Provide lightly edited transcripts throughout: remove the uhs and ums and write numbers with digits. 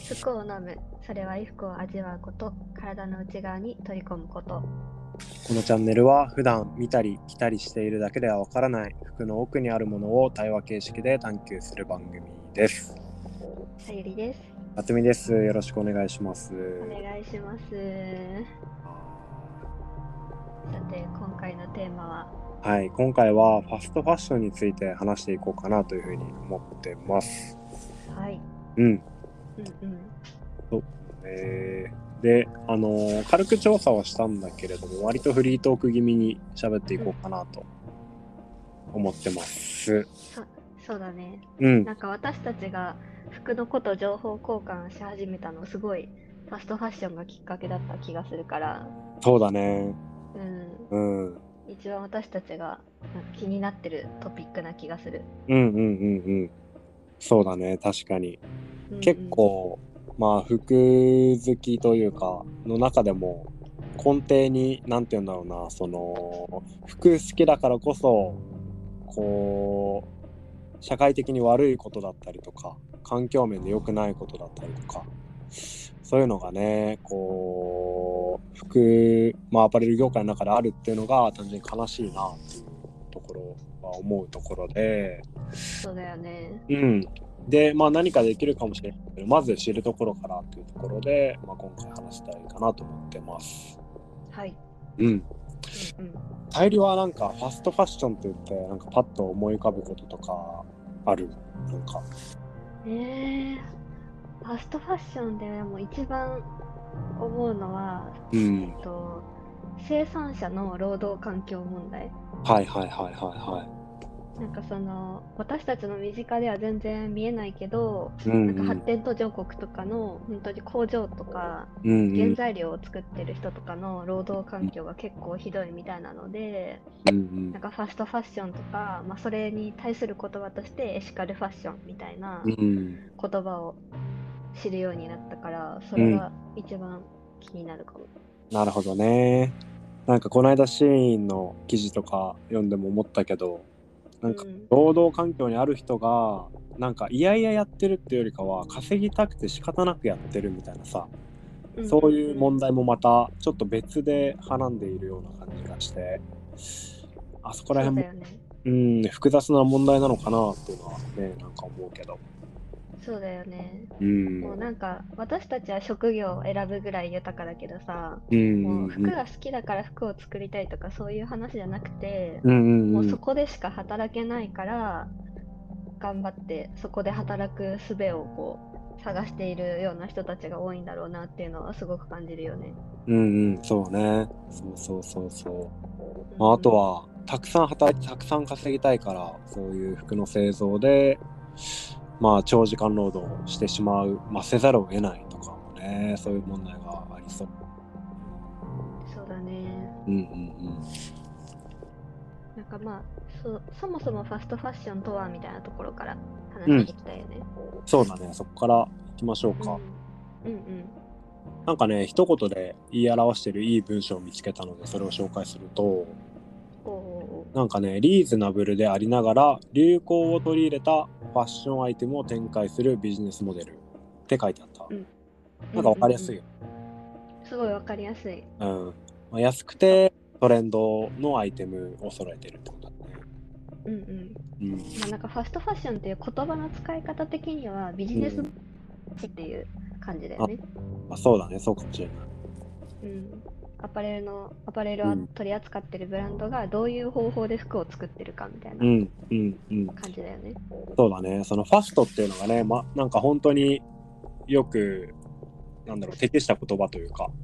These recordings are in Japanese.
服を飲む、それは衣服を味わうこと、体の内側に取り込むこと。 このチャンネルは普段見たり着たりしているだけではわからない服の奥にあるものを対話形式で探求する番組です。 さゆりです。 あつみです。よろしくお願いします。 お願いします。さて、今回のテーマは、 はい、今回はファストファッションについて話していこうかなというふうに思ってます。 はい。 うん。 うんうん。 そうで、軽く調査はしたんだけれども、割とフリートーク気味に喋っていこうかなと思ってます。 そうだね。 うん。 なんか私たちが服のこと情報交換し始めたの、すごいファストファッションがきっかけだった気がするから、 そうだね。 うん。 うん。 一番私たちがなんか気になってるトピックな気がする。 そうだね。確かに。 うんうん、 結構、服好きというか、の中でも、根底に、なんて言うんだろうな、服好きだからこそ、こう、社会的に悪いことだったりとか、環境面で良くないことだったりとか、そういうのがね、アパレル業界の中であるっていうのが単純に悲しいなっていうところは思うところで、 そうだよね。 うん。で、何かできるかもしれないけど、まず知るところからっていうところで、今回話したらいいかなと思ってます。 はい。 うん。 うんうん。 さゆりはなんかファストファッションって言ってなんかパッと思い浮かぶこととかある？なんか。 ファストファッションでもう一番思うのは、 うん。 生産者の労働環境問題。 はいはいはいはいはなんか私たちの身近では全然見えないけど、 い。うんなんかうん。 発展途上国とかの本当に工場とかうん原材料を作ってる人とかの労働環境が結構ひどいみたいなので、 うんなんかファストファッションとか、それに対する言葉としてエシカルファッションみたいなうん。 言葉を知るようになったから、そうん。 れが一番気になるかも。 なるほどね。なんかこの間シーンの記事とか読んでも思ったけど、なんかうん。 労働環境にある人がなんかいやいややってるっていうよりかは稼ぎたくて仕方なくやってるみたいなさ、 うんうんそういううん。 問題もまたちょっと別ではらんでいるような感じがして、あそこら辺もそうだよね。 複雑な問題なのかなっていうのはね、なんか思うけど。 そうだよね。 うん。 もうなんか私たちは職業を選ぶぐらい豊かだけどさ、 うんうんもう服が好きだから服を作りたいとかそういう話じゃなくて、 うんうんもううん。 そこでしか働けないから頑張ってそこで働く術を探しているような人たちが多いんだろうなっていうのはすごく感じるよね。 うんうん、そうね。そう。あとうんはたくさん働いてたくさん稼ぎたいから、そういう服の製造で長時間労働してしまう、せざるを得ないとかもね、そういう問題がありそう。 そうだね。 うんうんなんかそもそもファストファッションとはみたいなところからうん。うん、 話していきたいよね。 そうだね。そこから行きましょうか。 うん。うんうん。 なんかね、一言で言い表してるいい文章を見つけたので、それを紹介すると、 おおなんかね、リーズナブルでありながら流行を取り入れたファッションアイテムを展開するビジネスモデルって書いてあった。 うん。うんなんかわかりやうんうん。 すいよ。 すごいわかりやすい。 うん。安くてトレンドのアイテムを揃えてるってことだね。 うんうん。 うん。 なんかファストファッションっていう言葉の使い方的にはビジネスうん。 っていう感じだよあ、 ね。 そうだね。そうかもしれない。 うん。アパレルをうん。 取り扱ってるブランドがどういう方法で服を作ってるかみたいなうんうんうん。 感じだよね。 そうだね。そのファストっていうのがね、なんか本当によく適した言葉というか、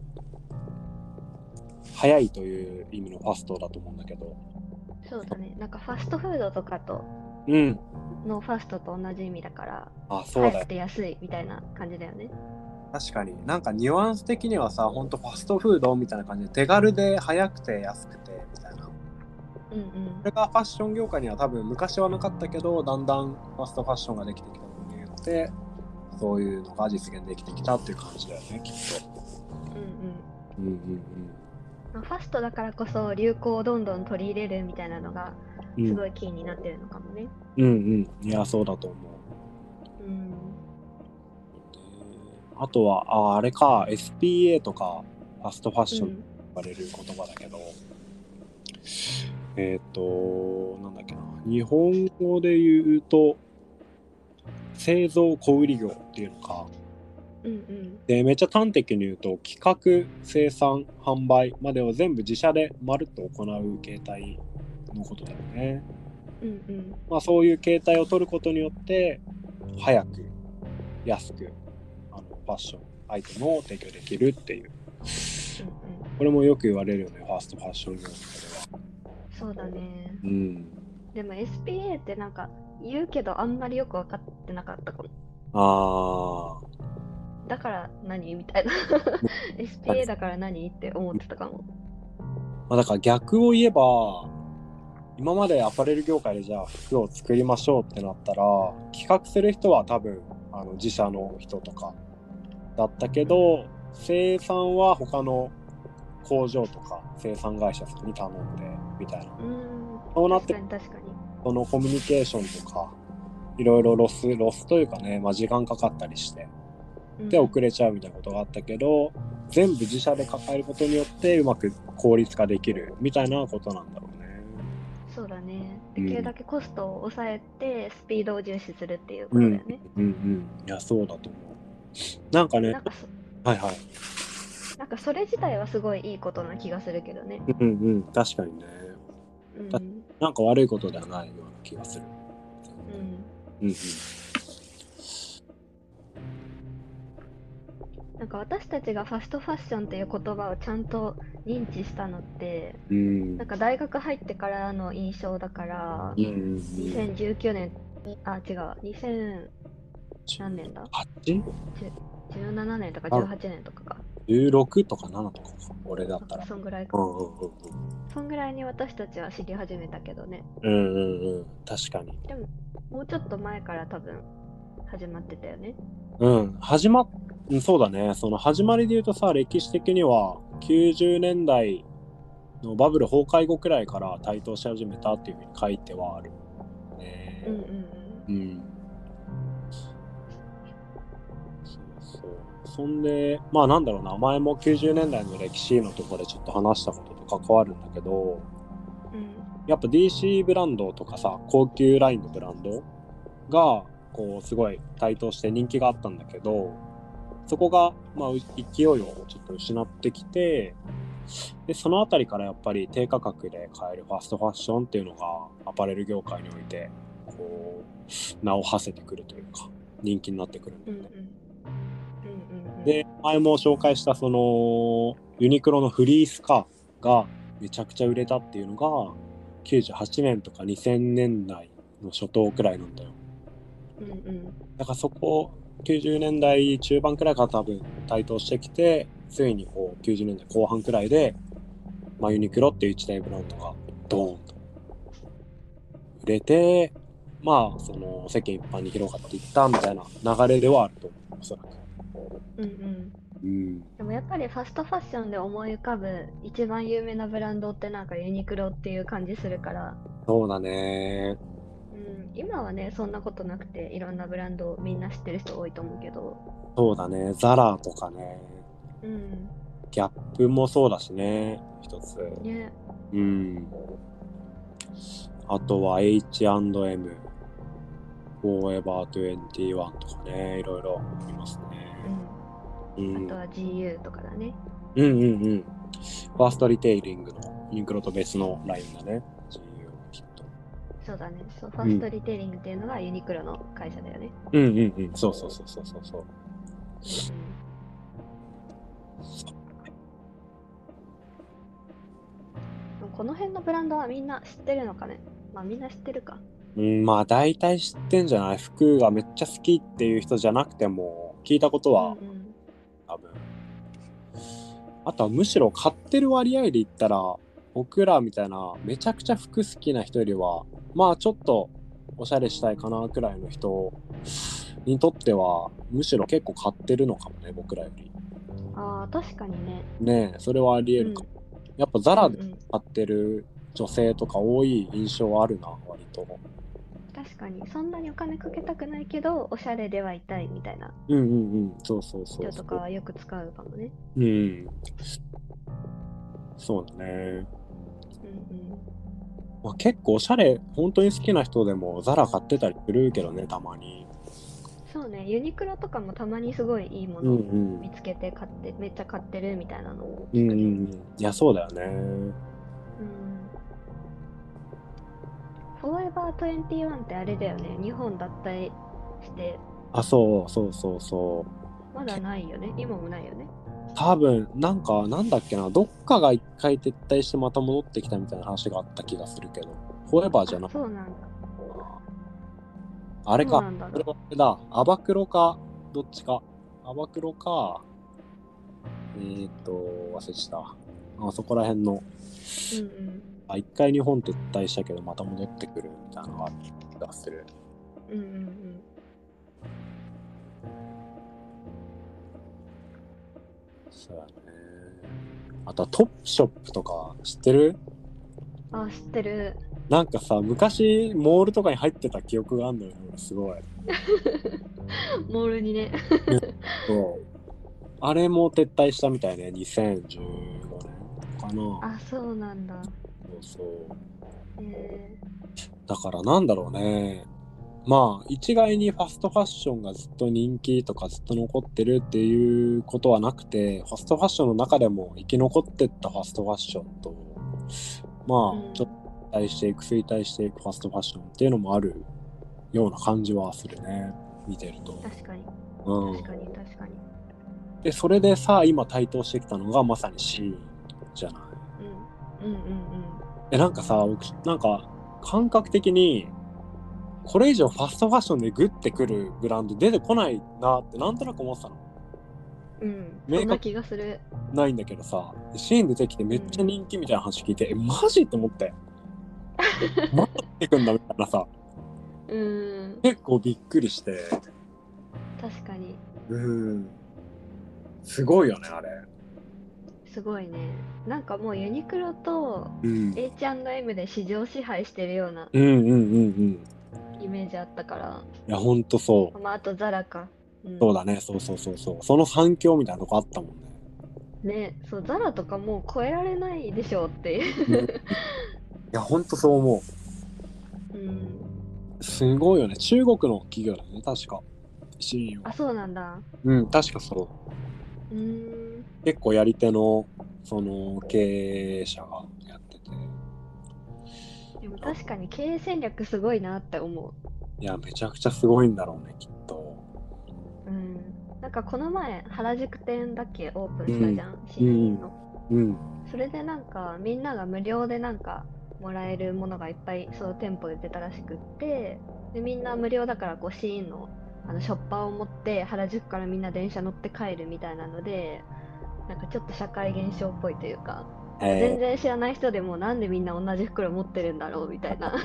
早いという意味のファストだと思うんだけど。 そうだね。なんかファストフードとかとうん。 のファストと同じ意味だから、 そうだよ。 早くて安いみたいな感じだよね。 確かになんかニュアンス的にはさ、ほんとファストフードみたいな感じで手軽で早くて安くてみたいな。 うんうん。 それがファッション業界には多分昔はなかったけど、だんだんファストファッションができてきたことによってそういうのが実現できてきたっていう感じだよね、きっと。 うんうん。 うんうんファストだからこそ流行をどんどん取り入れるみたいなのがうんうんすごいキーになってるのかもね。 うんうん。いや、そうだと思う。 うん。 あとはあれか SPA とかファストファッションとうん呼ばれる言葉だけど、なんだっけな、日本語で言うと製造小売業っていうのか。 うんでめっちゃ端的に言うと企画生産販売までを全部自社でまるっと行う形態のことだよね。 うんうんまあそういう形態を取ることによって早く安くファッションアイテムを提供できるっていう、 うんうん。 これもよく言われるよね、ファーストファッション業界では。 そうだね。 うん。 でも SPA ってなんか言うけどあんまりよく分かってなかったかも。 あだから何みたいな。 あ、 SPA だから何って思ってたかも。 まあ、だから逆を言えば今までアパレル業界でじゃあ服を作りましょうってなったら企画する人は多分自社の人とかだったけど、生産は他の工場とか生産会社さんに頼んでみたいな。そうなって確かに確かに。 そのコミュニケーションとかいろいろロスというかね、まあ、時間かかったりしてで遅れちゃうみたいなことがあったけど、全部自社で抱えることによってうまく効率化できるみたいなことなんだろうね。 そうだね。できるだけコストを抑えてスピードを重視するっていうことだよね。 いやそうだと思う。なんかね、はいはい。 なんかそれ自体はすごいいいことな気がするけどね。 確かにね。なんか悪いことではないような気がする。 なんか私たちがファストファッションっていう言葉をちゃんと認知したのって、なんか大学入ってからの印象だから、2019年、違う、2000何年だ ?17 年とか18年とかか。 16とか7とかか、俺だったら。 そんぐらいか。そんぐらいに私たちは知り始めたけどね。 確かに。 でも、もうちょっと前から多分始まってたよね。 そうだね。その始まりで言うとさ、歴史的には90年代のバブル崩壊後くらいから台頭し始めたっていうふうに書いてはある。そんで、まあなんだろうな、前も90年代の歴史のところでちょっと話したことと関わるんだけど、やっぱ DC ブランドとかさ、高級ラインのブランドがこうすごい台頭して人気があったんだけど、そこがまあ勢いをちょっと失ってきて、でそのあたりからやっぱり低価格で買えるファストファッションっていうのがアパレル業界においてこう名を馳せてくるというか人気になってくるんだよね。で前も紹介したそのユニクロのフリースカーがめちゃくちゃ売れたっていうのが98年とか2000年代の初頭くらいなんだよ。だからそこ90年代中盤くらいから多分台頭してきて、ついにこう90年代後半くらいで、まあ、ユニクロっていう一大ブランドがドーンと売れて、まあその世間一般に広がっていったみたいな流れではあると思う、おそらく。 でもやっぱりファストファッションで思い浮かぶ一番有名なブランドってなんかユニクロっていう感じするから。 そうだね。 今はねそんなことなくていろんなブランドみんな知ってる人多いと思うけど。 そうだね、ザラとかね、ギャップもそうだしね、一つね。あとは H&M、フォーエバー21とかね、いろいろありますね。 あとは GU とかだね。 ファーストリテイリングのユニクロと別のラインだね。GU きっと。 そうだね。そう、ファーストリテイリングっていうのがユニクロの会社だよね。 そう。 この辺のブランドはみんな知ってるのかね。まあみんな知ってるか。 まあ大体知ってんじゃない？服がめっちゃ好きっていう人じゃなくても聞いたことは多分。あとはむしろ買ってる割合で言ったら僕らみたいなめちゃくちゃ服好きな人よりはまあちょっとおしゃれしたいかなくらいの人にとってはむしろ結構買ってるのかもね、僕らより。 確かにね。 ねえ、それはありえるかも。やっぱザラで買ってる女性とか多い印象あるな、割と。 確かにそんなにお金かけたくないけどおしゃれではいたいみたいなうんうんうん、そうそうそう人とかはよく使うかもね。 うん。そうだね。 うんうん。 まあ、結構おしゃれ本当に好きな人でもザラ買ってたりするけどね、たまに。 そうね、ユニクロとかもたまにすごいいいものうんうん見つけて買って、めっちゃ買ってるみたいなのをうんうんう聞くね。 ん。いやそうだよね。 うん。フォーエバー21ってあれだよね、日本脱退して、 あ、そうそうそうそう。 まだないよね、今もないよね。 多分なんかなんだっけな、どっかが一回撤退してまた戻ってきたみたいな話があった気がするけど、フォーエバーじゃなあ、 い。 そうなんだ。そうあれか、それなんだな。 はあれだ、アバクロかどっちか、アバクロか忘れちゃった。あそこら辺の、 うんうん。 一回日本撤退したけどまた戻ってくるみたいなのがあった気がする。 うんうんうん。 そうだね。あとはトップショップとか知ってる？ あ、知ってる。 なんかさ、昔モールとかに入ってた記憶があるのよ、すごい。 モールにね。 そう。あれも撤退したみたいね、2015年かな。 あ、そうなんだ。 そうそう。 えだからなんだろうね。まあ一概にファストファッションがずっと人気とかずっと残ってるっていうことはなくて、ファストファッションの中でも生き残ってったファストファッションと、まあちょっと衰退していくファストファッションっていうのもあるような感じはするね、見てると。 確かに。 うん、 確かに確かに。 でそれでさ今台頭してきたのがまさにシーンじゃない。 うんうんうんなんかさ、僕なんか感覚的にこれ以上ファストファッションでグッてくるブランド出てこないなってなんとなく思ってたの。 うん。そんな気がする。 ないんだけどさ、シーン出てきてめっちゃ人気みたいな話聞いて、マジって思って。まだ出てくんだみたいなさ。結構びっくりして。 確かに。 すごいよね、あれ。 すごいね。なんかもうユニクロと H&M で市場支配してるようなイメージあったから。 いや、ほんとそう。 まあ、あとザラか。 そうだね、そう。その反響みたいなとこあったもんね。ね、そう、ザラとかもう超えられないでしょうっていう。 いや、ほんとそう思う。すごいよね。中国の企業だね、確か。シーンは。 あ、そうなんだ。 確かそう。結構やり手の、その、経営者がやってて。 でも確かに経営戦略すごいなって思う。 いや、めちゃくちゃすごいんだろうね、きっと。 なんかこの前、原宿店だっけオープンしたじゃん、新の。それでなんか、みんなが無料でなんか、もらえるものがいっぱいその店舗で出たらしくって、でみんな無料だからこうシーンのショッパーを持って原宿からみんな電車乗って帰るみたいなので、なんかちょっと社会現象っぽいというか、全然知らない人でもなんでみんな同じ袋持ってるんだろうみたいな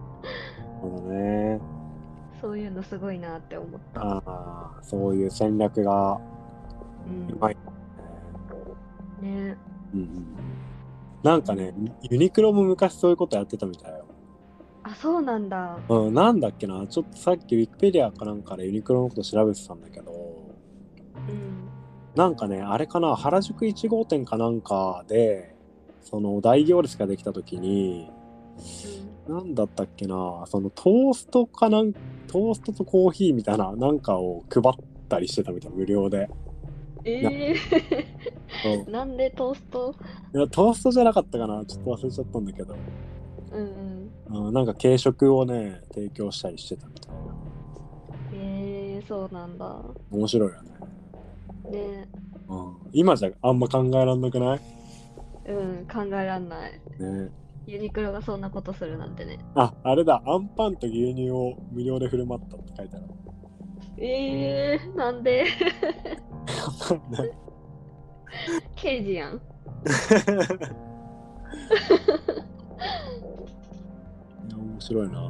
ね、 そういうのすごいなって思った。 そういう戦略がうまいね。 なんかね、ユニクロも昔そういうことやってたみたいよ。 あ、そうなんだ。 なんだっけな、ちょっとさっきウィキペディアかなんかでユニクロのこと調べてたんだけど、なんかね、あれかな、原宿1号店かなんかで、その大行列ができた時に、なんだったっけな、そのトーストとコーヒーみたいななんかを配ったりしてたみたい、無料で。 なんでトースト？ いや、トーストじゃなかったかな、ちょっと忘れちゃったんだけど。なんか軽食をね、提供したりしてたみたいな。 そうなんだ。 面白いよね。 ね。 今じゃあんま考えらんなくない？ 考えらんない。 ね。 ユニクロがそんなことするなんてね。 あれだ、アンパンと牛乳を無料で振る舞ったって書いてある。 なんで刑事やん。 いや、面白いなと思って。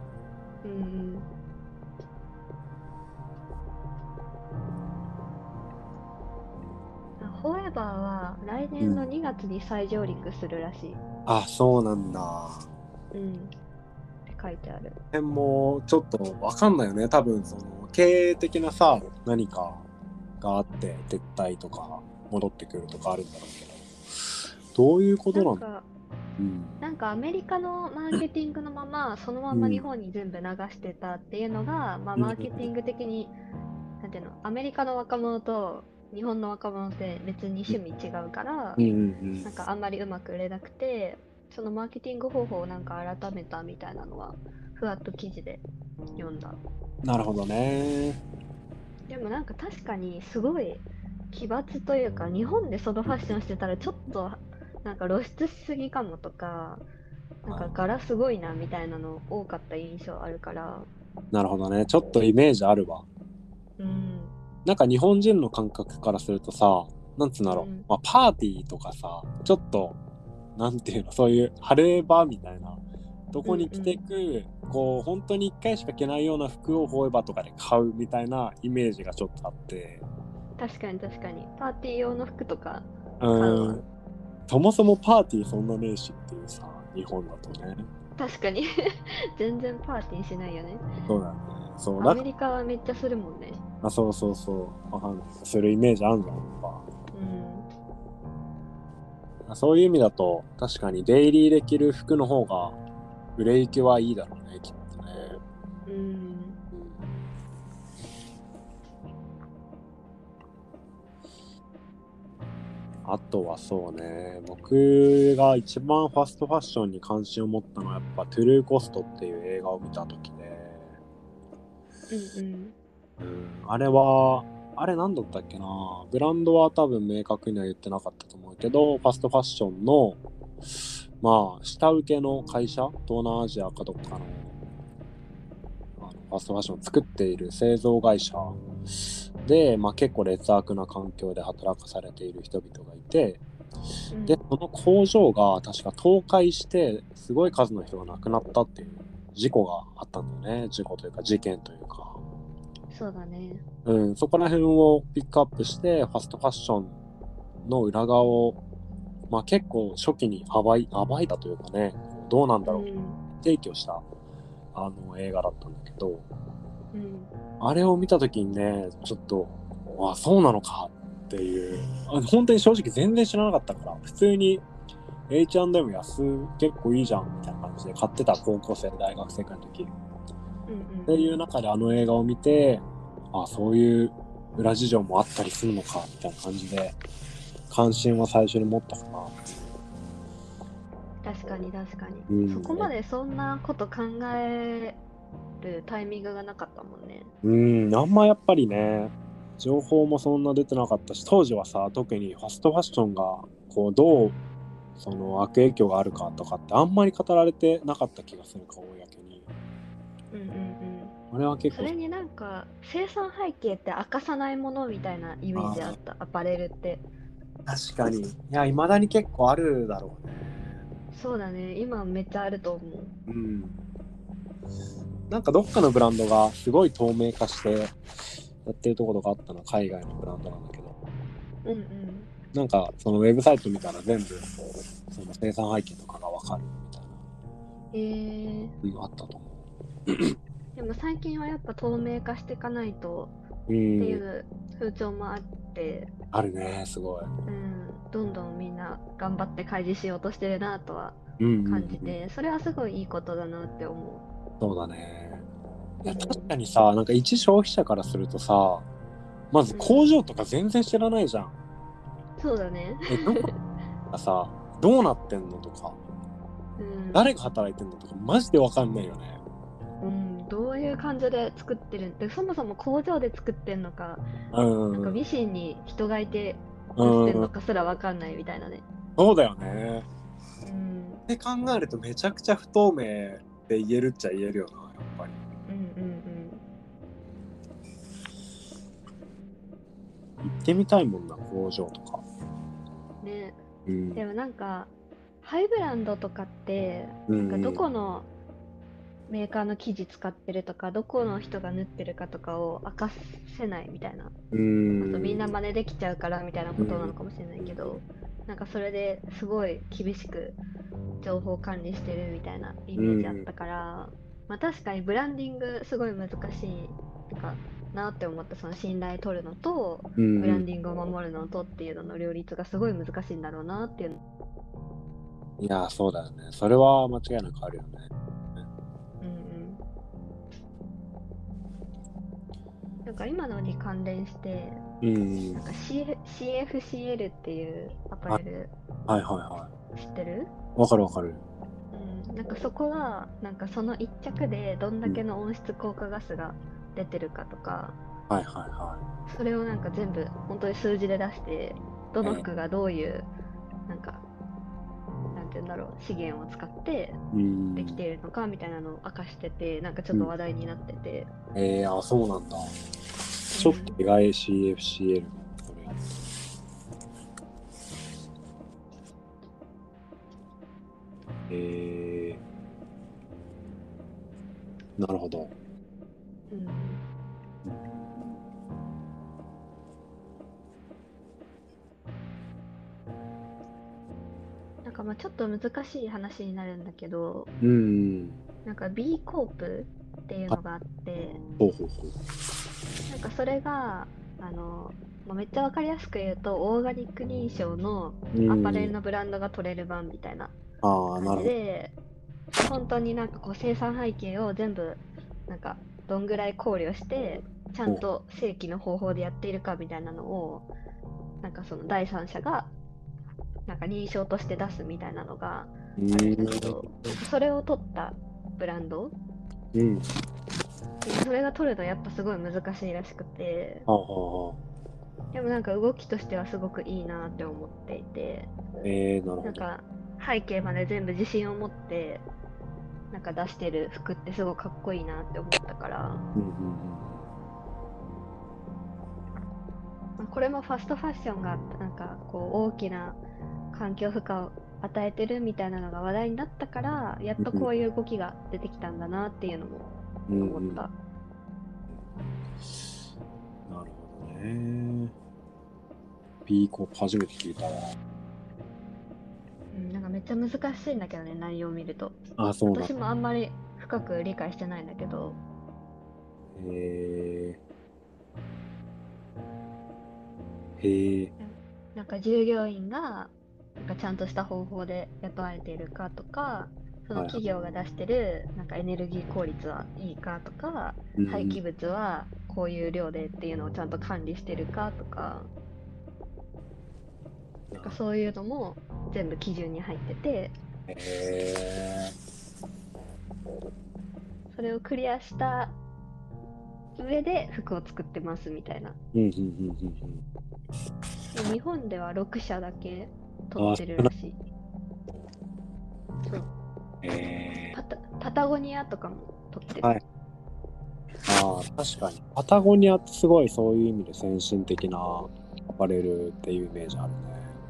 フォーエバーは来年の2月に再上陸するらしい。 あ、そうなんだ。 って書いてある。 もうちょっと分かんないよね。多分その経営的なさ何かがあって撤退とか戻ってくるとかあるんだろうけど、どういうことなんだ。 なんかアメリカのマーケティングのままそのまま日本に全部流してたっていうのが、マーケティング的になんていうの、アメリカの若者と日本の若者って別に趣味違うから、なんかあんまりうまく売れなくて、そのマーケティング方法をなんか改めたみたいなのはふわっと記事で読んだ。 なるほどね。 でもなんか確かにすごい奇抜というか、日本でそのファッションしてたらちょっとなんか露出しすぎかもとか、なんか柄すごいなみたいなの多かった印象あるから。 なるほどね。ちょっとイメージあるわ。なんか日本人の感覚からするとさ、なんつうんだろう、まあ、パーティーとかさ、ちょっとなんていうの、そういう晴れ場みたいなとこに着てく、こう本当に1回しか着ないような服をフォーエバーとかで買うみたいなイメージがちょっとあって。 確かに確かにパーティー用の服とか買うわ。 そもそもパーティーそんなねえしっていうさ、日本だとね。 確かに全然パーティーしないよね。 そうだね。そうアメリカはめっちゃするもんね。 あ、そうそうそう。わかんない。するイメージあるんじゃん、やっぱ。そういう意味だと、確かにデイリーで着る服の方が売れ行きはいいだろうね、きっとね。あとはそうね、僕が一番ファストファッションに関心を持ったのはやっぱトゥルーコストっていう映画を見た時で、あれはあれ何だったっけな、ブランドは多分明確には言ってなかったと思うけど、ファストファッションのまあ下請けの会社、東南アジアかどっかのファストファッションを作っている製造会社で、まあ、結構劣悪な環境で働かされている人々がいて、でその工場が確か倒壊してすごい数の人が亡くなったっていう事故があったんだよね。事故というか事件というか。 そうだね。 そこら辺をピックアップしてファストファッションの裏側を、まあ、結構初期に暴いたというかね、どうなんだろう、提供した映画だったんだけど、あれを見た時にね、ちょっとそうなのかっていう、本当に正直全然知らなかったから、普通に H&M 安結構いいじゃんみたいな感じで買ってた、高校生大学生くらいの時、っていう中で映画を見て、そういう裏事情もあったりするのかみたいな感じで関心は最初に持ったかな。 確かに確かに、そこまでそんなこと考えるタイミングがなかったもんね。 あんまやっぱりね、情報もそんな出てなかったし、当時はさ、特にファストファッションがこうどうその悪影響があるかとかってあんまり語られてなかった気がするか、公に。あれは結構それになんか生産背景って明かさないものみたいなイメージあった、アパレルって。 確かに。いや、未だに結構あるだろうね。 そうだね、今めっちゃあると思う。 なんかどっかのブランドがすごい透明化してやってるところがあったの、海外のブランドなんだけど、なんかそのウェブサイト見たら全部その生産背景とかが分かるみたいな、あったと思う。 でも最近はやっぱ透明化していかないとっていう風潮もあって、 あるね、すごい。 どんどんみんな頑張って開示しようとしてるなとは感じて、それはすごいいいことだなって思う。 そうだね。いや、確かにさ、なんか一消費者からするとさ、まず工場とか全然知らないじゃん。 そうだね。 さ、どうなってんのとか、誰が働いてんのとかマジでわかんないよね。 どういう感じで作ってるんで、そもそも工場で作ってんのか、なんかミシンに人がいて作ってんのかすらわかんないみたいなね。 そうだよね。って考えるとめちゃくちゃ不透明って言えるっちゃ言えるよな、やっぱり。行ってみたいもんな、工場とか。 ね、でもなんかハイブランドとかって、なんかどこのメーカーの生地使ってるとか、どこの人が縫ってるかとかを明かせないみたいな、あとみんな真似できちゃうからみたいなことなのかもしれないけど、なんかそれですごい厳しく情報管理してるみたいなイメージあったから、 まあ確かにブランディングすごい難しいなって思った。その信頼取るのと、ブランディングを守るのとっていうのの両立がすごい難しいんだろうなっていう。 いや、そうだよね。それは間違いなくあるよね。 なんか今のに関連して、なんか CFCL っていうアパレル、知ってる？ わかるわかる。 なんかそこはなんかその一着でどんだけの温室効果ガスが出てるかとか、それをなんか全部本当に数字で出して、どの服がどういうなんかなんて言うんだろう、資源を使ってできているのかみたいなのを明かしてて、なんかちょっと話題になってて。 あ、そうなんだ。ちょっと意外、CFCL のそれ。なるほど。 なんかまあちょっと難しい話になるんだけど、なんか B コープっていうのがあって、なんかそれがめっちゃわかりやすく言うと、オーガニック認証のアパレルのブランドが取れる版みたいな感じで、本当になんかこう生産背景を全部なんかどんぐらい考慮してちゃんと正規の方法でやっているかみたいなのをなんかその第三者がなんか認証として出すみたいなのがあるんだけど、なんかそれを取ったブランド、それが取るのやっぱすごい難しいらしくて、でもなんか動きとしてはすごくいいなって思っていて、なんか背景まで全部自信を持ってなんか出してる服ってすごいかっこいいなって思ったから、これもファストファッションがなんかこう大きな環境負荷を与えてるみたいなのが話題になったから、やっとこういう動きが出てきたんだなっていうのも思った。 なるほどね。B コープ初めて聞いたわ。 なんかめっちゃ難しいんだけどね、内容を見ると。 そうだ。 私もあんまり深く理解してないんだけど。なんか従業員がなんかちゃんとした方法で雇われているかとか、その企業が出してるなんかエネルギー効率はいいかとか、廃棄物はこういう量でっていうのをちゃんと管理してるかとか、なんかそういうのも全部基準に入ってて、それをクリアした上で服を作ってますみたいな。日本では6社だけ取ってるらしい。そう。パタゴニアとかも取ってる。 確かに。パタゴニアってすごいそういう意味で先進的なアパレルっていうイメージあるね。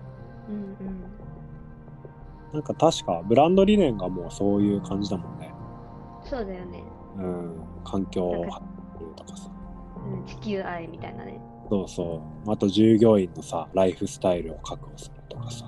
なんか確かブランド理念がもうそういう感じだもんね。 そうだよね。 環境を発展とかさ。 地球愛みたいなね。 そうそう。あと従業員のさ、ライフスタイルを確保するとかさ。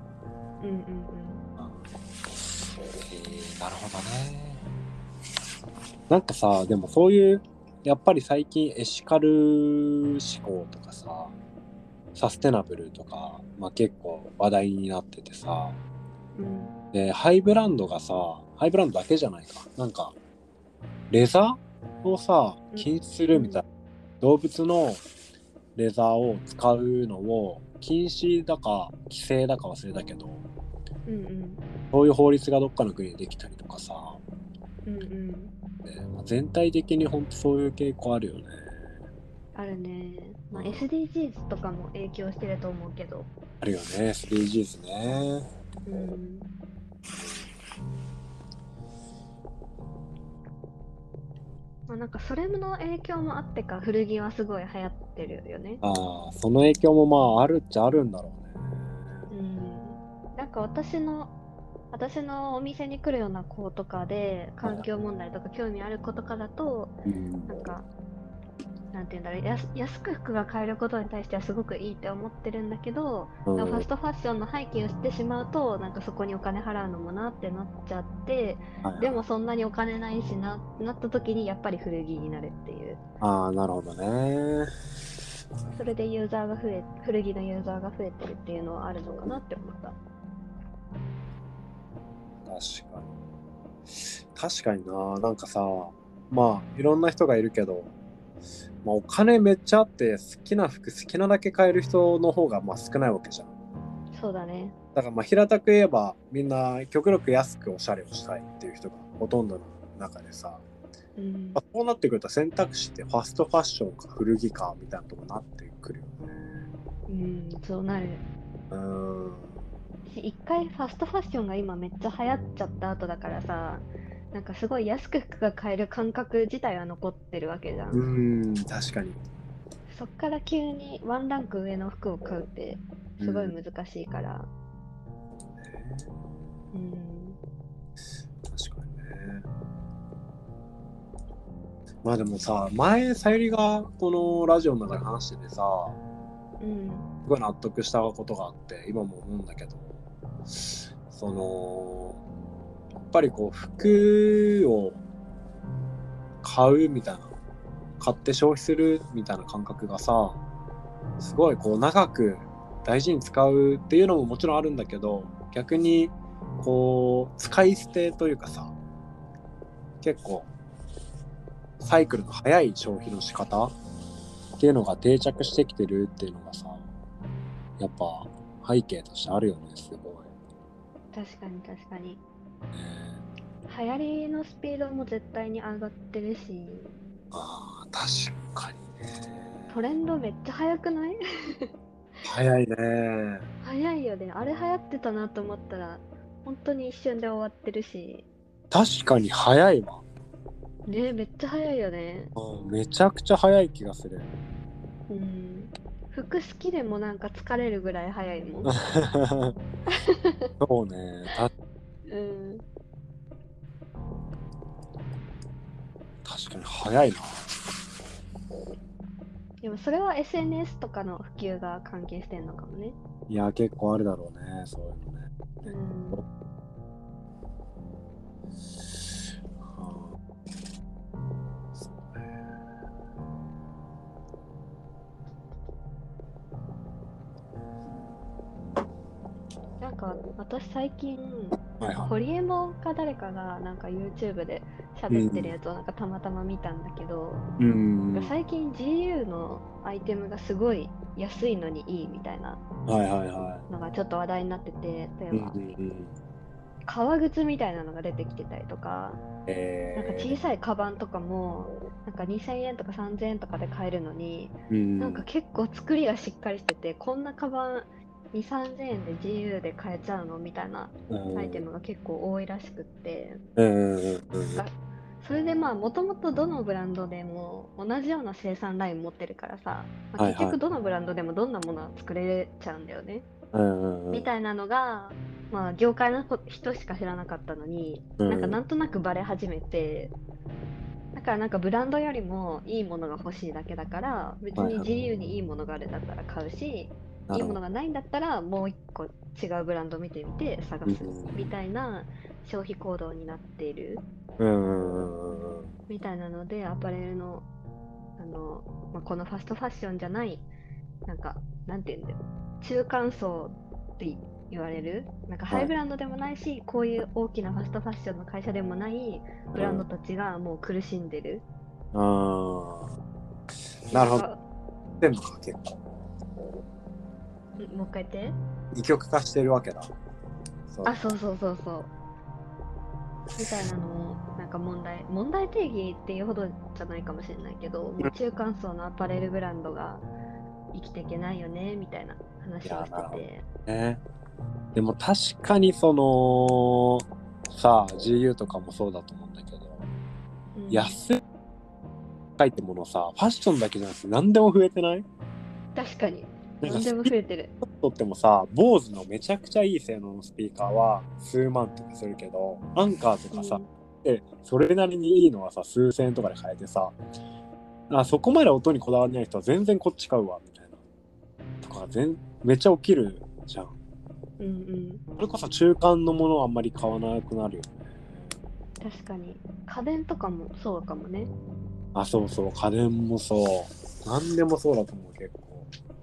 なるほどね。なんかさ、でもそういうやっぱり最近エシカル思考とかさ、サステナブルとか、結構話題になっててさ、でハイブランドがさ、ハイブランドだけじゃないか、なんかレザーをさ禁止するみたいな、動物のレザーを使うのを禁止だか規制だか忘れたけど、そういう法律がどっかの国でできたりとかさ、全体的に本当そういう傾向あるよね。 あるね。SDGs とかも影響してると思うけど。 あるよね、SDGs ね。 なんかそれの影響もあってか、古着はすごい流行ってるよね。 その影響もあるっちゃあるんだろうね。なんか私のお店に来るような子とかで環境問題とか興味ある子とかだと、なんかなんていうんだろう、安く服が買えることに対してはすごくいいって思ってるんだけど、 うん、 でもファストファッションの背景を知ってしまうと、なんかそこにお金払うのもなってなっちゃって、 はいはい。 でもそんなにお金ないしなった時にやっぱり古着になるっていう。 ああ、なるほどね。 それで古着のユーザーが増えてるっていうのはあるのかなって思った。 確かに。確かにな。なんかさ、まあいろんな人がいるけど、まあ、お金めっちゃあって好きな服好きなだけ買える人の方がまあ少ないわけじゃん。 そうだね。 だからまあ平たく言えばみんな極力安くおしゃれをしたいっていう人がほとんどの中でさ、 うん。 まあ、こうなってくると選択肢ってファストファッションか古着かみたいなとこになってくるよね。 うん、そうなる。 うーん。 一回ファストファッションが今めっちゃ流行っちゃった後だからさ、なんかすごい安く服が買える感覚自体は残ってるわけじゃん。 確かに。 そっから急にワンランク上の服を買うってすごい難しいから。うん。 確かにね。まあでもさ、前さゆりがこのラジオの中で話しててさ、 うん。 すごい納得したことがあって今も思うんだけど、そのやっぱりこう服を買うみたいな、買って消費するみたいな感覚がさ、すごいこう長く大事に使うっていうのももちろんあるんだけど、逆にこう使い捨てというかさ、結構サイクルの早い消費の仕方っていうのが定着してきてるっていうのがさ、やっぱ背景としてあるよね。すごい。 確かに確かに。流行りのスピードも絶対に上がってるし、 ああ、確かにね。 トレンドめっちゃ速くない？ 早いね。 早いよね。あれ流行ってたなと思ったら、本当に一瞬で終わってるし。 確かに早いわ。 ね、めっちゃ早いよね。 めちゃくちゃ早い気がする。 うん。服好きでもなんか疲れるぐらい早いもん。 そうね。 うん。 確かに早いな。 でもそれは SNS とかの普及が関係してんのかもね。 いや、結構あるだろうね。そういうのね。 うん。 そうね。 なんか私最近、なんかはいはホリエモンか誰かがなんか YouTube でい。 喋ってるやつをなんかたまたま見たんだけど、なんか最近 GU のアイテムがすごい安いのにいいみたいなはいはいはのがちょっと話題になってて、例えい。 ば革靴みたいなのが出てきてたりとか、なんか小さいカバンとかもなんか2000円とか3000円とかで買えるのに、なんか結構作りがしっかりしてて、こんなカバン2、3000円で GU で買えちゃうのみたいなアイテムが結構多いらしくって、なんかそれでまあもともとどのブランドでも同じような生産ライン持ってるからさ、まあ、結局どのブランドでもどんなものは作れちゃうんだよね。みたいなのが、まあ、業界の人しか知らなかったのに、なんとなくバレ始めて、だからなんかブランドよりもいいものが欲しいだけだから、別に自由にいいものがあるんだったら買うし、いいものがないんだったらもう一個違うブランド見てみて探すみたいな消費行動になっているみたいなので、アパレルの、まあ、このファストファッションじゃない、なんか、なんて言うんだよ、中間層って言われる、なんかハイブランドでもないし、こういう大きなファストファッションの会社でもないブランドたちがもう苦しんでる。 なるほど。全部か結構。 もう一回言って。 二極化してるわけだ。 あ、そうそうそうそう。みたいなのも、なんか問題定義っていうほどじゃないかもしれないけど、もう中間層のアパレルブランドが生きていけないよね、みたいな話をしてて。 でも確かにその、さあ、GU とかもそうだと思うんだけど、安いアイテムのさ、ファッションだけじゃなくて何でも増えてない？ 確かに。何でも増えてる。 とってもさ、BOSE のめちゃくちゃいい性能のスピーカーは数万とかするけど、アンカーとかさ、でそれなりにいいのはさ、数千円とかで買えてさ、 そこまで音にこだわりない人は全然こっち買うわみたいなとかめっちゃ起きるじゃん。 うんうん。 それこそ中間のものはあんまり買わなくなるよね。 確かに。家電とかもそうかもね。 そうそう、家電もそう。何でもそうだと思う、結構。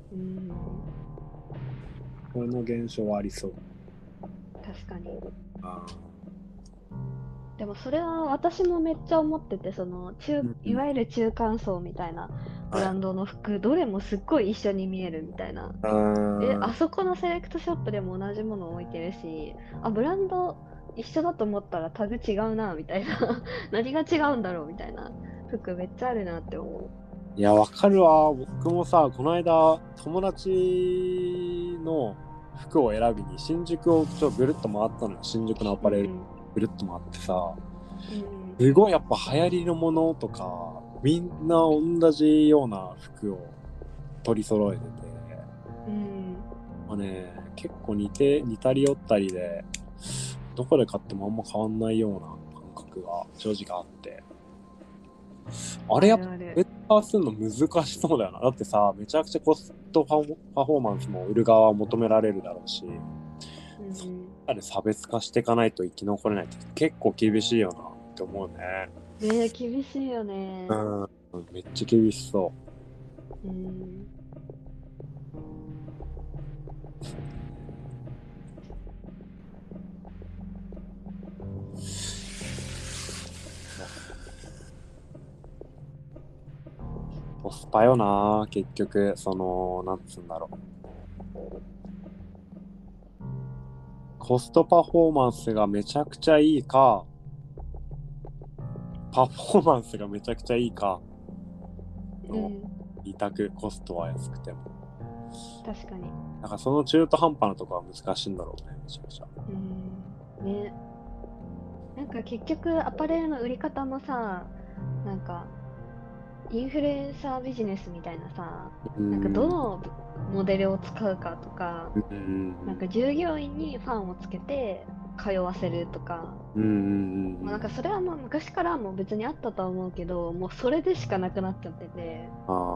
これの現象はありそう。 確かに。でもそれは私もめっちゃ思ってて、いわゆる中間層みたいなブランドの服、どれもすっごい一緒に見えるみたいな。あそこのセレクトショップでも同じものを置いてるし、ブランド一緒だと思ったらタグ違うなみたいな。何が違うんだろうみたいな服めっちゃあるなって思う。 いや、わかるわ。僕もさ、この間友達の服を選びに新宿をぐるっと回ったのよ。新宿のアパレルぐるっと回ってさ、すごいやっぱ流行りのものとかみんな同じような服を取り揃えてて、まあね、結構似たり寄ったりで、どこで買ってもあんま変わんないような感覚が正直あって、あれやっぱベッターするの難しそうだよな。だってさ、めちゃくちゃコストパフォーマンスも売る側は求められるだろうし、そこまで差別化していかないと生き残れないって結構厳しいよなって思うね。 厳しいよね。 めっちゃ厳しそう。コスパよな、結局。なんつうんだろう、コストパフォーマンスがめちゃくちゃいいか、パフォーマンスがめちゃくちゃいいかの2択。コストは安くても。 確かに。 なんかその中途半端なとこは難しいんだろうね、めちゃくちゃ。 ね。なんか結局アパレルの売り方もさ、なんかインフルエンサービジネスみたいなさ、なんかどのモデルを使うかとか、なんか従業員にファンをつけて通わせるとか、なんかそれはまあ昔からも別にあったとは思うけど、もうそれでしかなくなっちゃってて、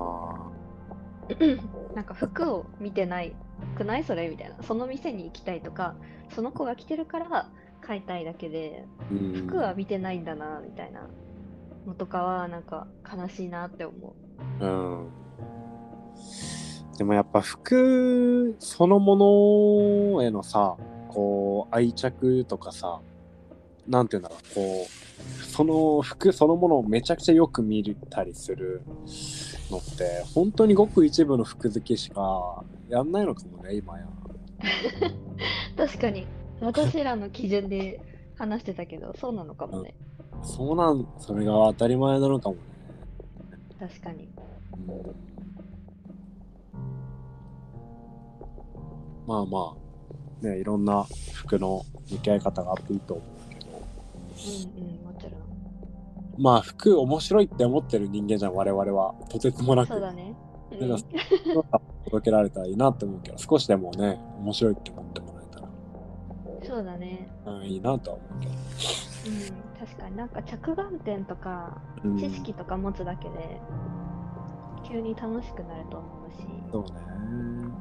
なんか服を見てないくないそれみたいな、その店に行きたいとか、その子が着てるから買いたいだけで、服は見てないんだなみたいなのとかはなんか悲しいなって思う。 でもやっぱ服そのものへのさ、こう愛着とかさ、なんていうんだろう、こうその服そのものをめちゃくちゃよく見たりするのって本当にごく一部の服好きしかやんないのかもね、今や。 確かに私らの基準で話してたけど、そうなのかもね。 それが当たり前なのかもね。 確かに。 まあまあね、いろんな服の向き合い方があっていいと思うけど、 もちろん。 まあ服面白いって思ってる人間じゃん、我々は。とてつもなく。 そうだね。 届けられたらいいなって思うけど、少しでもね、面白いって思ってもらえたら。 そうだね。 いいなとは思うけど。 確かになんか着眼点とか知識とか持つだけで、急に楽しくなると思うし。 そうね。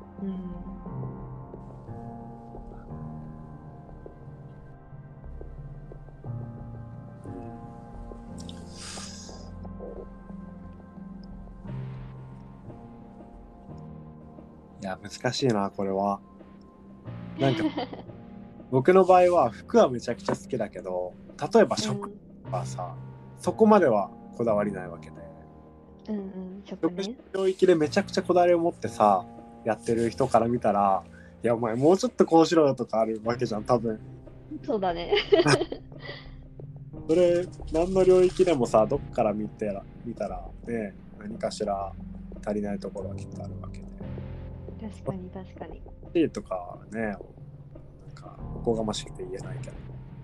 いや、難しいな、これは。なんか、僕の場合は服はめちゃくちゃ好きだけど、例えば食はさ、そこまではこだわりないわけで。食の領域でめちゃくちゃこだわりを持ってさ、やってる人から見たら、いや、お前もうちょっとこうしろよとかあるわけじゃん、多分。 そうだね。 それ、何の領域でもさ、どっから見たらね、何かしら足りないところはきっとあるわけで。 確かに確かに。 C とかね、なんかおこがましくて言えないけど。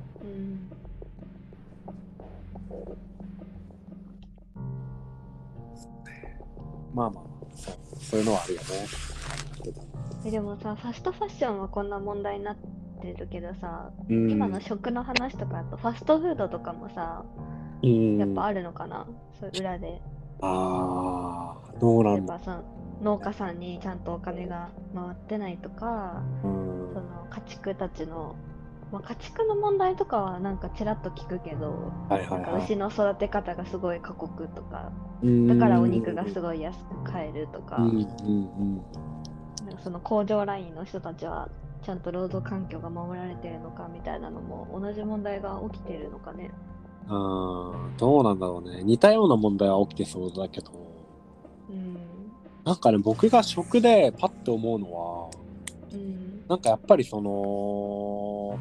まあまあ、そういうのはあるよね。 でもさ、ファストファッションはこんな問題になってるけどさ、今の食の話とかあとファストフードとかもさ、やっぱあるのかな、そう裏で。 どうなんだ。 例えば農家さんにちゃんとお金が回ってないとか、その家畜たちの、家畜の問題とかはなんかちらっと聞くけど、なんか牛の育て方がすごい過酷とか、だからお肉がすごい安く買えるとか、なんかその工場ラインの人たちはちゃんと労働環境が守られてるのかみたいなのも同じ問題が起きてるのかね。 どうなんだろうね。似たような問題は起きてそうだけど、なんかね、僕が食でパッと思うのは、なんかやっぱりその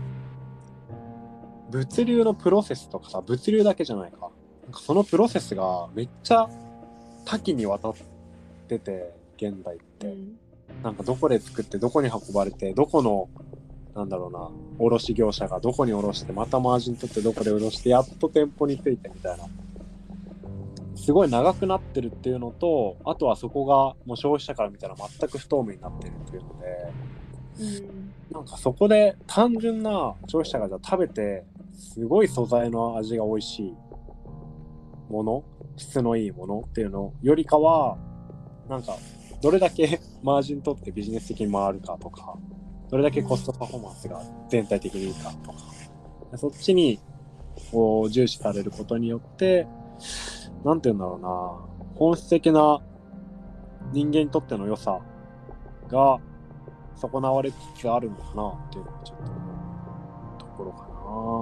物流のプロセスとかさ、物流だけじゃないか、なんかそのプロセスがめっちゃ多岐にわたってて、現代って、なんかどこで作ってどこに運ばれて、どこのなんだろうな、卸業者がどこに卸して、またマージン取ってどこで卸して、やっと店舗に着いてみたいな、すごい長くなってるっていうのと、あとはそこがもう消費者から見たら全く不透明になってるっていうので、なんかそこで単純な消費者がじゃあ食べてすごい素材の味が美味しいもの、質のいいものっていうのよりかは、なんかどれだけマージン取ってビジネス的に回るかとか、どれだけコストパフォーマンスが全体的にいいかとか、そっちにこう重視されることによって、なんていうんだろうな、本質的な人間にとっての良さが損なわれつつあるのかなっていうのがちょっと思うところか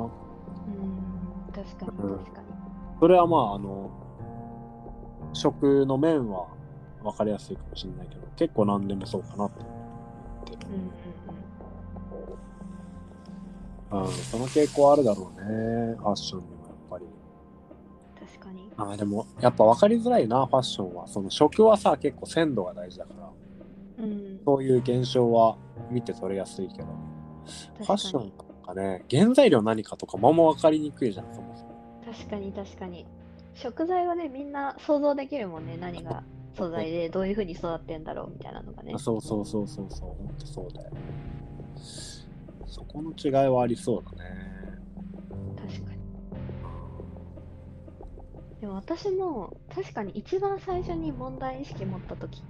な。確かに確かに。 それはまあ食の面は分かりやすいかもしれないけど、結構何でもそうかなって思ってる。その傾向あるだろうね、ファッションにもやっぱり。 確かに。 でもやっぱ分かりづらいな、ファッションは。その食はさ、結構鮮度が大事だから、そういう現象は見て取れやすいけど、ファッションとかね、原材料何かとかも分かりにくいじゃん、そもそも。 確かに確かに。食材はね、みんな想像できるもんね、何が素材でどういう風に育ってんだろうみたいなのがね。 そう、ほんとそうだよ。そこの違いはありそうだね。 確かに。でも私も確かに一番最初に問題意識持った時って、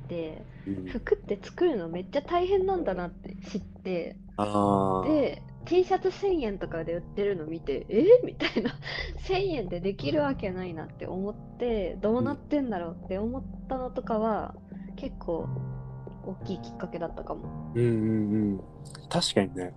服って作るのめっちゃ大変なんだなって知って、で T シャツ1000円とかで売ってるの見て、みたいな1000円でできるわけないなって思って、どうなってんだろうって思ったのとかは結構大きいきっかけだったかも。 確かにね。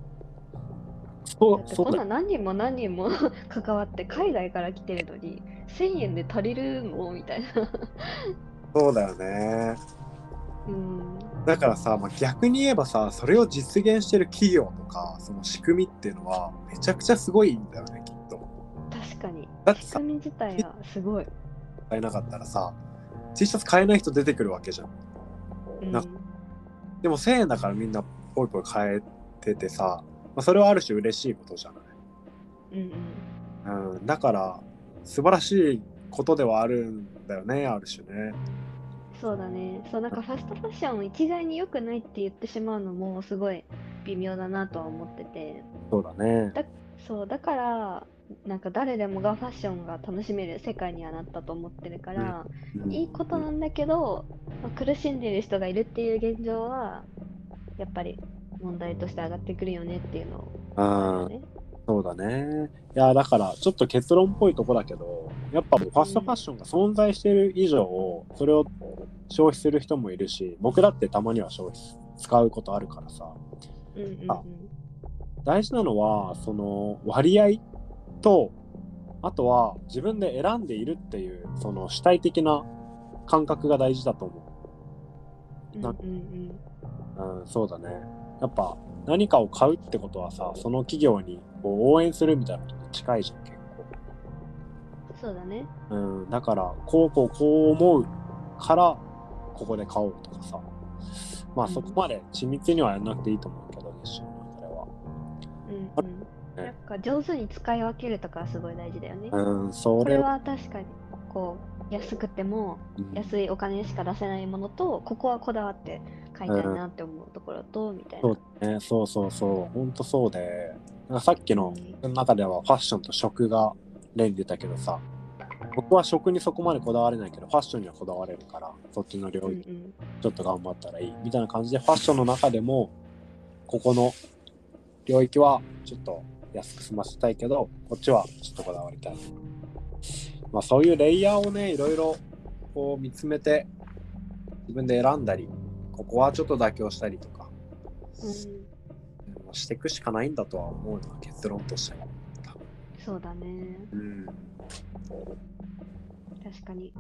だってこんな何人も何人も関わって海外から来てるのに1000円で足りるのみたいなそうだよね。だからさ、逆に言えばさ、それを実現してる企業とかその仕組みっていうのはめちゃくちゃすごいんだよね、きっと。 確かに。 だってさ、 仕組み自体はすごい。 買えなかったらさ、T シャツ買えない人出てくるわけじゃん。でも1000円だからみんなポイポイ買えててさ、それはある種嬉しいことじゃない。だから素晴らしいことではあるんだよね、ある種ね。 そうだね。そう、なんかファストファッションを一概に良くないって言ってしまうのもすごい微妙だなとは思ってて。 そうだね。 だからなんか誰でもがファッションが楽しめる世界にはなったと思ってるから、いいことなんだけど、苦しんでいる人がいるっていう現状はやっぱり問題として上がってくるよねっていうのをあるよね。 そうだね。いや、だからちょっと結論っぽいとこだけど、やっぱファストファッションが存在している以上、それを消費する人もいるし、僕だってたまには使うことあるからさ。大事なのはその割合と、あとは自分で選んでいるっていうその主体的な感覚が大事だと思う。そうだね。やっぱ何かを買うってことはさ、その企業にこう応援するみたいなことに近いじゃん、結構。 そうだね。 だからこう思うからここで買おうとかさ、そこまで緻密にはやらなくていいと思うけどね、一緒にこれは。 なんか上手に使い分けるとかはすごい大事だよね。 これは確かにこう安くても安いお金しか出せないものと、ここはこだわって買いたいなって思うところと、みたいな。 そう、ほんとそうで、さっきの中ではファッションと食が例に出たけどさ、 僕は食にそこまでこだわれないけどファッションにはこだわれるから、そっちの領域ちょっと頑張ったらいいみたいな感じで、ファッションの中でもここの領域はちょっと安く済ませたいけど、こっちはちょっとこだわりたい。まあそういうレイヤーをね、いろいろこう見つめて自分で選んだり、ここはちょっと妥協したりとか、していくしかないんだとは思うのが結論としては。 そうだね。確かに。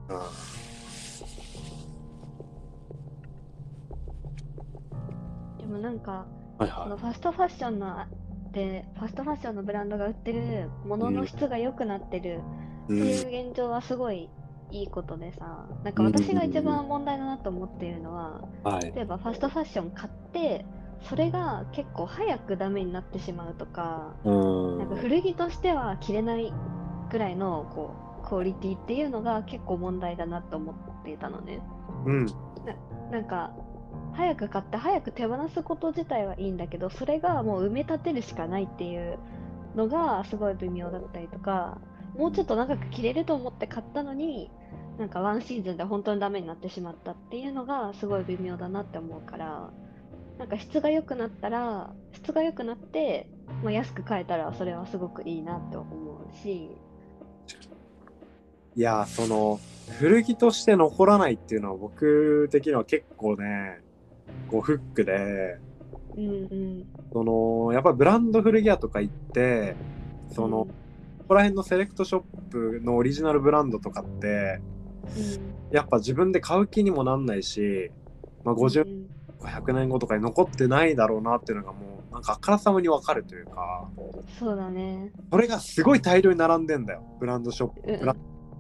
でもなんか、そのファストファッションのファストファッションのブランドが売ってるものの質が良くなってるっていう現状はすごいいいことでさ、なんか私が一番問題だなと思っているのは、例えばファストファッション買ってそれが結構早くダメになってしまうとか、なんか古着としては着れないぐらいのこうクオリティっていうのが結構問題だなと思っていたのね。なんか早く買って早く手放すこと自体はいいんだけど、それがもう埋め立てるしかないっていうのがすごい微妙だったりとか、もうちょっと長く着れると思って買ったのに、なんかワンシーズンで本当にダメになってしまったっていうのがすごい微妙だなって思うから、なんか質が良くなって、まあ、安く買えたらそれはすごくいいなって思うし。 いや、その古着として残らないっていうのは僕的には結構ね、こうフックで、そのやっぱブランド古着屋とか行って、その、ここら辺のセレクトショップのオリジナルブランドとかって、やっぱ自分で買う気にもなんないし、まあ50、100年後とかに残ってないだろうなっていうのがもうなんかあからさまにわかるというか。 そうだね。 それがすごい大量に並んでんだよ、ブランドショップ。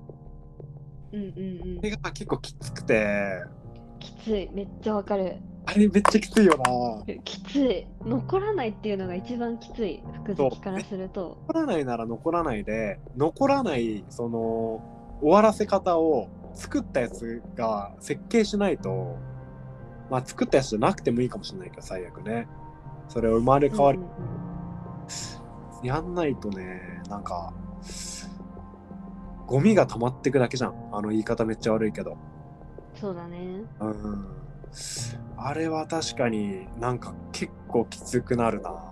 それが結構きつくて。 きつい、めっちゃわかる。 あれめっちゃきついよな。 きつい。残らないっていうのが一番きつい、服好きからすると。 残らないなら残らないで、残らないその終わらせ方を作ったやつが設計しないと、まあ作ったやつじゃなくてもいいかもしれないけど、最悪ね。それを生まれ変わり、やんないとね、なんかゴミが溜まってくだけじゃん。あの言い方めっちゃ悪いけど。 そうだね。 あれは確かになんか結構きつくなるな。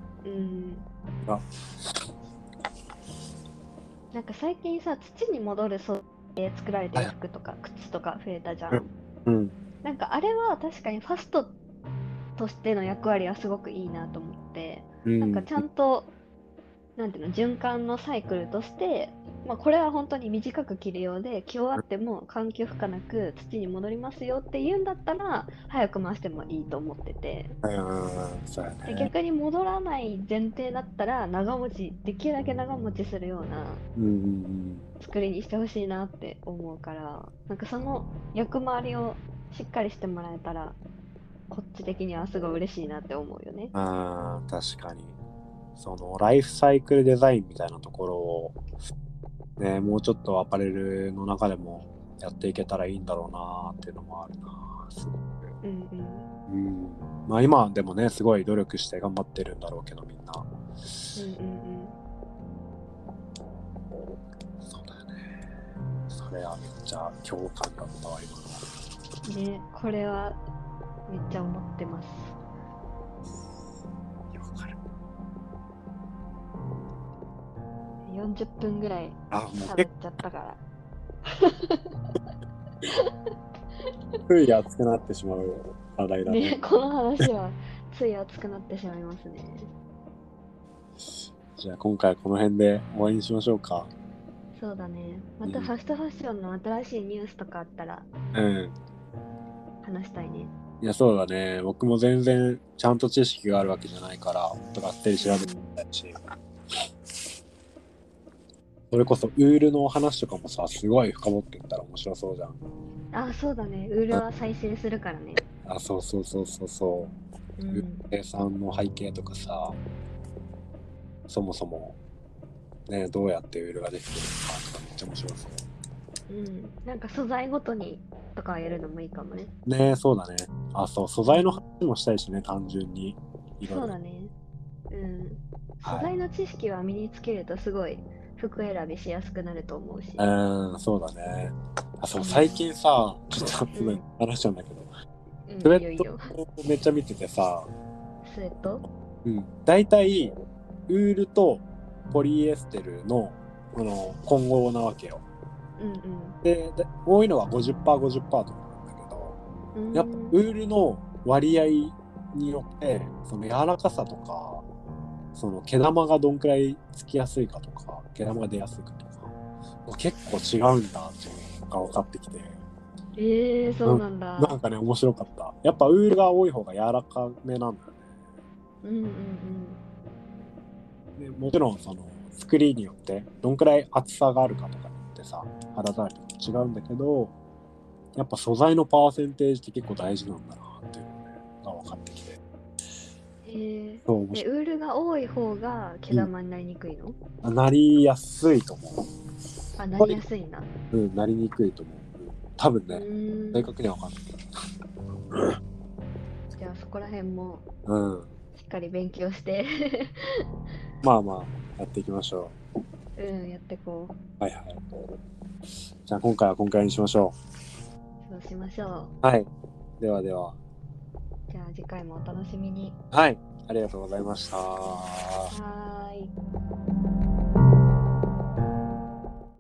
なんか最近さ、土に戻る素材で作られてる服とか靴とか増えたじゃん。なんかあれは確かにファストとしての役割はすごくいいなと思って、なんかちゃんとなんていうの、循環のサイクルとして、まあ、これは本当に短く着るようで、着終わっても環境負荷なく土に戻りますよって言うんだったら早く回してもいいと思ってて、で逆に戻らない前提だったらできるだけ長持ちするような作りにしてほしいなって思うから、なんかその役回りをしっかりしてもらえたらこっち的にはすごい嬉しいなって思うよね。 確かにそのライフサイクルデザインみたいなところをね、もうちょっとアパレルの中でもやっていけたらいいんだろうなっていうのもあるな、すごく。まあ今でもね、すごい努力して頑張ってるんだろうけど、みんな。そうだよね。それはめっちゃ共感だったわ、今の。ね、これはめっちゃ思ってます。40分ぐらい喋っちゃったから。 つい熱くなってしまう話題だね。 この話はつい熱くなってしまいますね。 じゃあ今回この辺で終わりにしましょうか。 そうだね。またファストファッションの新しいニュースとかあったら話したいね。 いや、そうだね。僕も全然ちゃんと知識があるわけじゃないから、とかって調べてみたいし。それこそウールの話とかもさ、すごい深掘っていったら面白そうじゃん。 そうだね。ウールは再生するからね。 そう。ウール生産の背景とかさ、そもそもね、どうやってウールができてるのかとかめっちゃ面白そう。 なんか素材ごとにとかやるのもいいかもね。 ね、そうだね。そう、素材の話もしたいしね、単純に。 そうだね。素材の知識は身につけるとすごい服選びしやすくなると思うし。 そうだね。そう、最近さ、ちょっとごめん、話しちゃうんだけど、スウェットめっちゃ見ててさ、 スウェット？ 大体、ウールとポリエステルの、混合なわけよ。で、多いのは 50%、50% とかなんだけど、やっぱウールの割合によって、その柔らかさとか、その毛玉がどんくらいつきやすいかとか、毛玉が出やすいかとか、結構違うんだっていうのが分かってきて。 そうなんだ。 なんかね、面白かった。やっぱウールが多い方が柔らかめなんだよね。でもちろんその作りによってどんくらい厚さがあるかとかによってさ、肌触りとか違うんだけど、やっぱ素材のパーセンテージって結構大事なんだなっていうのが分かってきて。 ウールが多い方が毛玉になりにくいの？ なりやすいと思う。 なりやすいな。 なりにくいと思う。多分ね、正確には分かんないけど。 じゃあそこら辺もしっかり勉強してまあやっていきましょう。やってこう。 はいはい。じゃあ今回はこんくらいにしましょう。そうしましょう。はい。ではでは。 じゃあ次回もお楽しみに。 はい。ありがとうございました。